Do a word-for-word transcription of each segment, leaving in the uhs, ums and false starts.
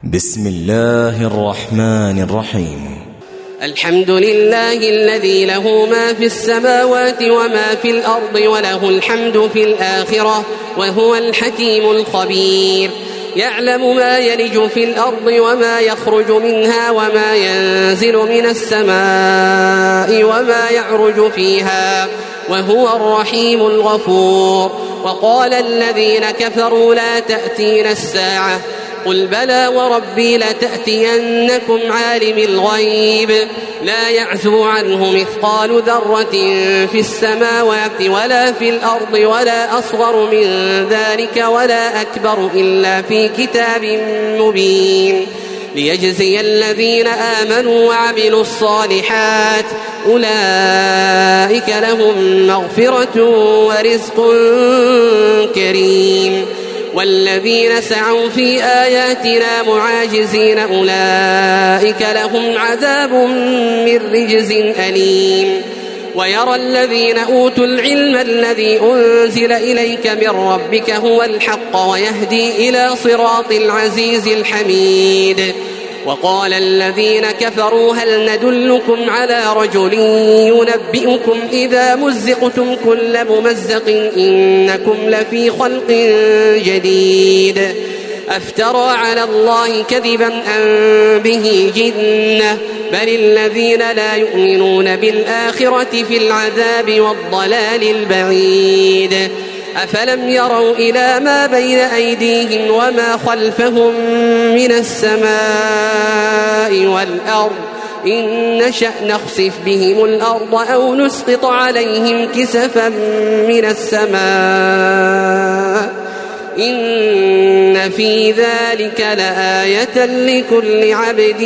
بسم الله الرحمن الرحيم. الحمد لله الذي له ما في السماوات وما في الأرض وله الحمد في الآخرة وهو الحكيم الخبير. يعلم ما يلج في الأرض وما يخرج منها وما ينزل من السماء وما يعرج فيها وهو الرحيم الغفور. وقال الذين كفروا لا تأتينا الساعة قل بلى وربي لتأتينكم عالم الغيب لا يعزب عنه مثقال ذرة في السماوات ولا في الأرض ولا أصغر من ذلك ولا أكبر إلا في كتاب مبين ليجزي الذين آمنوا وعملوا الصالحات أولئك لهم مغفرة ورزق كريم. والذين سعوا في آياتنا معاجزين أولئك لهم عذاب من رجز أليم. ويرى الذين أوتوا العلم الذي أنزل إليك من ربك هو الحق ويهدي إلى صراط العزيز الحميد. وقال الذين كفروا هل ندلكم على رجل ينبئكم إذا مزقتم كل ممزق إنكم لفي خلق جديد أفترى على الله كذبا أم به جنة بل الذين لا يؤمنون بالآخرة في العذاب والضلال البعيد. أفلم يروا إلى ما بين أيديهم وما خلفهم من السماء والأرض إن نشأ نخسف بهم الأرض أو نسقط عليهم كسفا من السماء إن في ذلك لآية لكل عبد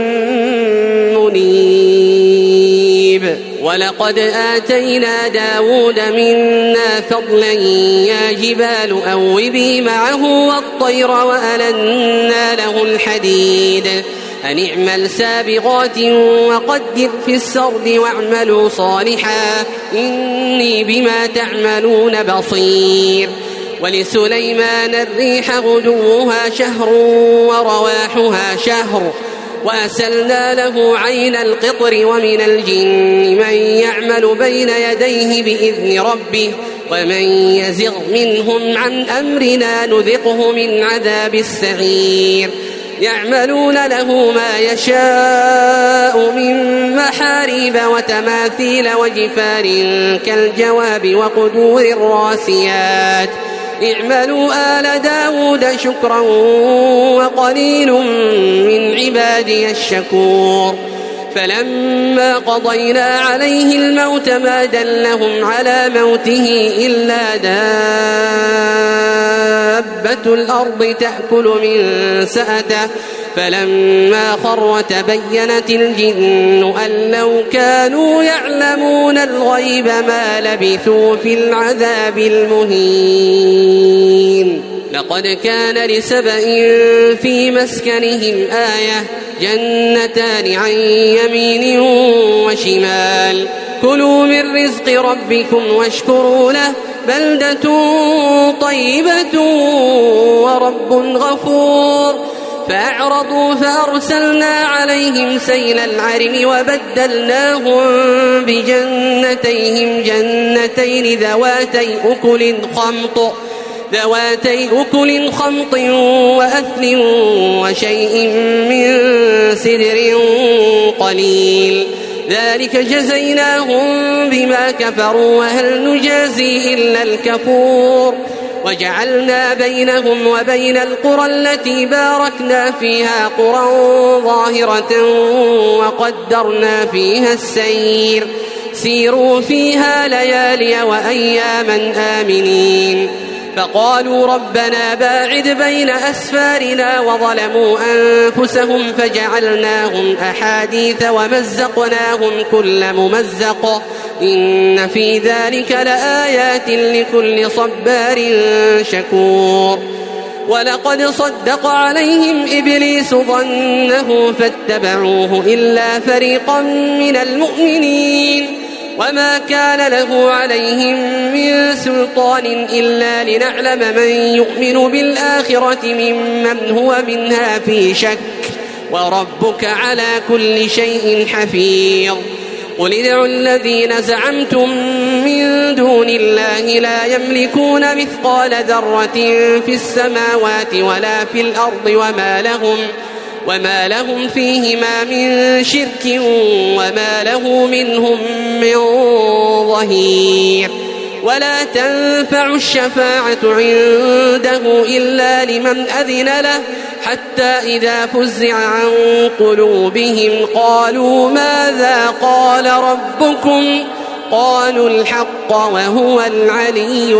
منيب. ولقد آتينا داود منا فضلا يا جبال أوبي معه والطير وألنا له الحديد أن اعمل سابغات وقدر في السرد واعملوا صالحا إني بما تعملون بصير. ولسليمان الريح غدوها شهر ورواحها شهر وأسلنا له عين القطر ومن الجن من يعمل بين يديه بإذن ربه ومن يزغ منهم عن أمرنا نذقه من عذاب السعير. يعملون له ما يشاء من محاريب وتماثيل وجفار كالجواب وقدور الراسيات اعملوا آل داود شكرا وقليل من عبادي الشكور. فلما قضينا عليه الموت ما دلهم على موته إلا دابة الأرض تأكل من سأته فلما خر تبينت الجن أن لو كانوا يعلمون الغيب ما لبثوا في العذاب المهين. لقد كان لسبإ في مسكنهم آية جنتان عن يمين وشمال كلوا من رزق ربكم واشكروا له بلدة طيبة ورب غفور. فأعرضوا فأرسلنا عليهم سيل العرم وبدلناهم بجنتيهم جنتين ذواتي أكل خمط ذواتي أكل خمط وأثل وشيء من سدر قليل ذلك جزيناهم بما كفروا وهل نجازي إلا الكفور. وجعلنا بينهم وبين القرى التي باركنا فيها قرى ظاهرة وقدرنا فيها السير سيروا فيها ليالي وأياما آمنين. فقالوا ربنا باعد بين أسفارنا وظلموا أنفسهم فجعلناهم أحاديث ومزقناهم كل ممزق إن في ذلك لآيات لكل صبار شكور. ولقد صدق عليهم إبليس ظنه فاتبعوه إلا فريقا من المؤمنين وما كان له عليهم من سلطان إلا لنعلم من يؤمن بالآخرة ممن هو منها في شك وربك على كل شيء حفيظ قل ادعوا الذين زعمتم من دون الله لا يملكون مثقال ذرة في السماوات ولا في الأرض وما لهم وما لهم فيهما من شرك وما له منهم من ظهير ولا تنفع الشفاعة عنده إلا لمن أذن له حتى إذا فزع عن قلوبهم قالوا ماذا قال ربكم قالوا الحق وهو العلي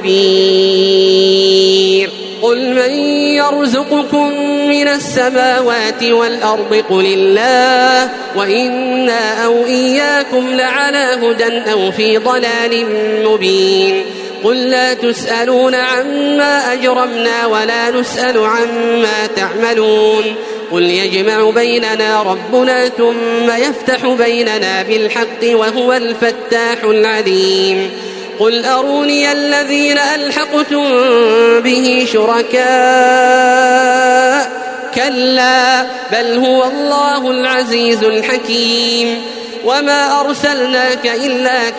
الكبير قل من يرزقكم من السماوات والأرض قل الله وإنا أو إياكم لعلى هدى أو في ضلال مبين قل لا تسألون عما أجرمنا ولا نسأل عما تعملون قل يجمع بيننا ربنا ثم يفتح بيننا بالحق وهو الفتاح العليم قل أروني الذين ألحقتم به شركاء كلا بل هو الله العزيز الحكيم وما أرسلناك إلا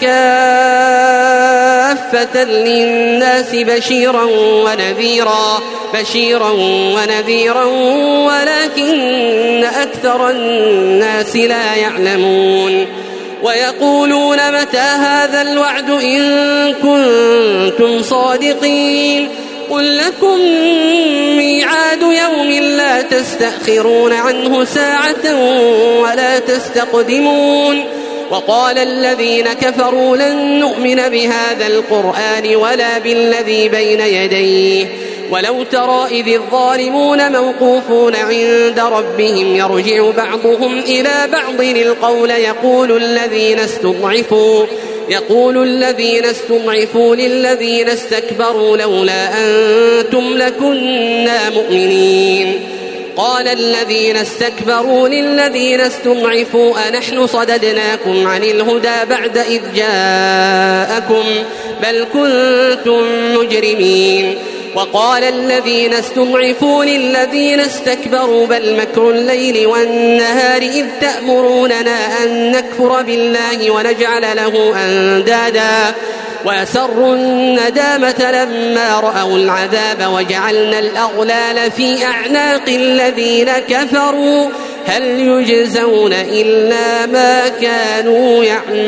كافة للناس بشيرا ونذيرا بشيرا ونذيرا ولكن أكثر الناس لا يعلمون ويقولون متى هذا الوعد إن كنتم صادقين قل لكم ميعاد يوم لا تستأخرون عنه ساعة ولا تستقدمون وقال الذين كفروا لن نؤمن بهذا القرآن ولا بالذي بين يديه ولو ترى إذ الظالمون موقوفون عند ربهم يرجع بعضهم إلى بعض القول يقول الذين استضعفوا يقول الذين استضعفوا للذين استكبروا لولا أنتم لكنا مؤمنين قال الذين استكبروا للذين استضعفوا أنحن صددناكم عن الهدى بعد إذ جاءكم بل كنتم مجرمين وقال الذين استضعفوا للذين استكبروا بل مكر الليل والنهار إذ تأمروننا أن نكفر بالله ونجعل له أندادا وأسروا الندامة لما رأوا العذاب وجعلنا الأغلال في أعناق الذين كفروا هل يجزون إلا ما كانوا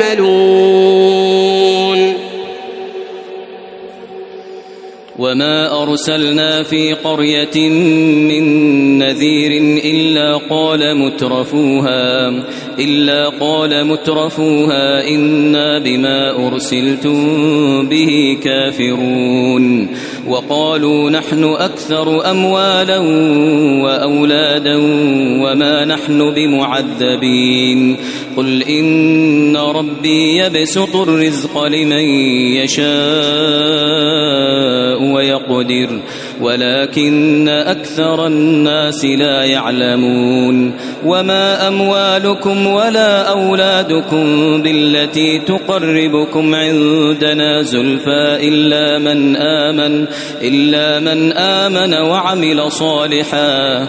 يعملون وما أرسلنا في قرية من نذير إلا قال مترفوها إلا قال مترفوها إنا بما أرسلتم به كافرون وقالوا نحن أكثر أموالا وأولادا وما نحن بمعذبين قل إن ربي يبسط الرزق لمن يشاء ويقدر ولكن أكثر الناس لا يعلمون وما أموالكم ولا أولادكم بالتي تقربكم عندنا زلفى إلا من آمن إلا من آمن وعمل صالحا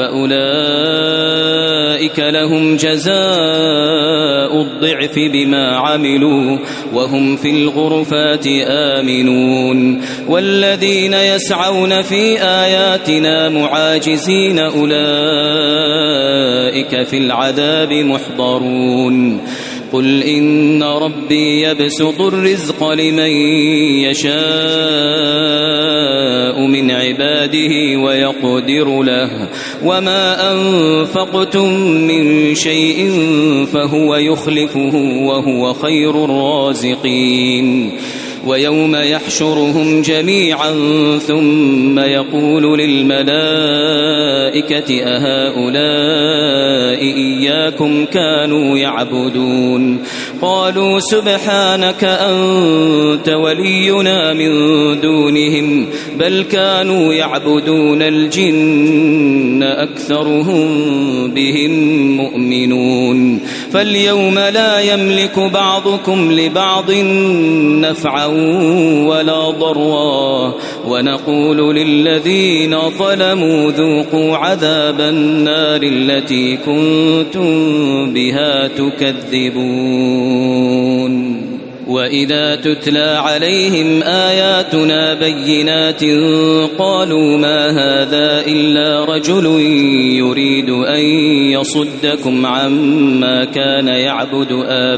فأولئك لهم جزاء الضعف بما عملوا وهم في الغرفات آمنون والذين يسعون في آياتنا معاجزين أولئك في العذاب محضرون قل إن ربي يبسط الرزق لمن يشاء من عباده ويقدر له وما أنفقتم من شيء فهو يخلفه وهو خير الرازقين ويوم يحشرهم جميعا ثم يقول للملائكة أهؤلاء إياكم كانوا يعبدون قالوا سبحانك أنت ولينا من دونهم بل كانوا يعبدون الجن أكثرهم بهم مؤمنون فاليوم لا يملك بعضكم لبعض نفعا ولا ضرا ونقول للذين ظلموا ذوقوا عذاب النار التي كنتم بها تكذبون وإذا تتلى عليهم آياتنا بينات قالوا ما هذا إلا رجل يريد أن يصدكم عما كان يعبد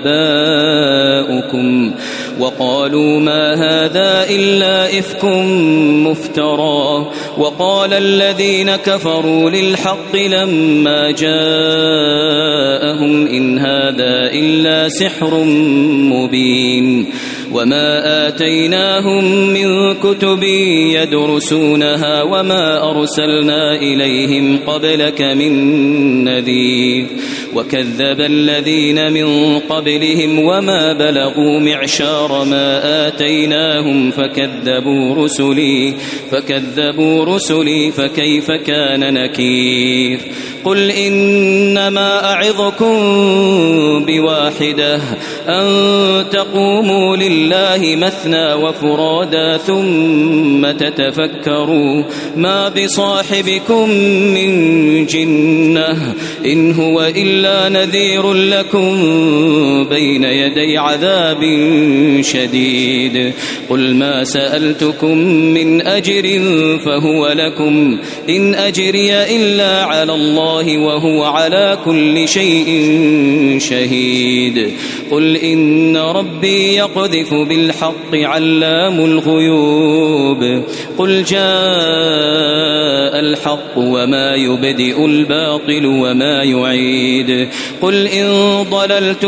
آباؤكم وقالوا ما هذا إلا إفك مفترى وقال الذين كفروا للحق لما جاءهم إن هذا إلا سحر مبين وما آتيناهم من كتب يدرسونها وما أرسلنا إليهم قبلك من نذير وكذب الذين من قبلهم وما بلغوا معشار ما آتيناهم فكذبوا رسلي فكذبوا رسلي فكيف كان نكير قل إنما أعظكم بواحدة أن تقوموا لله مثنى وفرادا ثم تتفكروا ما بصاحبكم من جنة إن هو إلا نذير لكم بين يدي عذاب شديد قل ما سألتكم من أجر فهو لكم إن أجري إلا على الله وهو على كل شيء شهيد قل إن ربي يقذف بالحق علام الغيوب قل جاء الحق وما يبدئ الباطل وما يعيد قل إن ضللت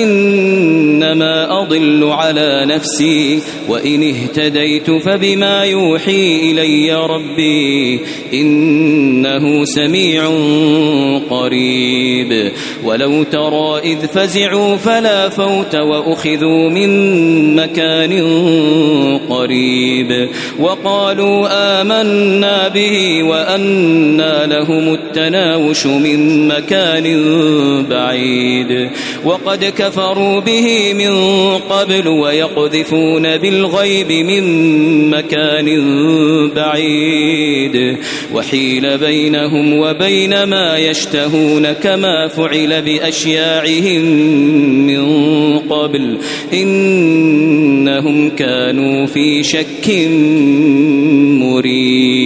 فإنما أضل على نفسي وإن اهتديت فبما يوحي إلي ربي إنه سميع قريب ولو ترى إذ فزعوا فلا فوت وأخذوا من مكان قريب وقالوا آمنا به وأنى لهم التناوش من مكان بعيد وقد كفروا به من قبل ويقذفون بالغيب من مكان بعيد وحيل بينهم وبين ما يشتهون كما فعل بأشياعهم من قبل إنهم كانوا في شك مريب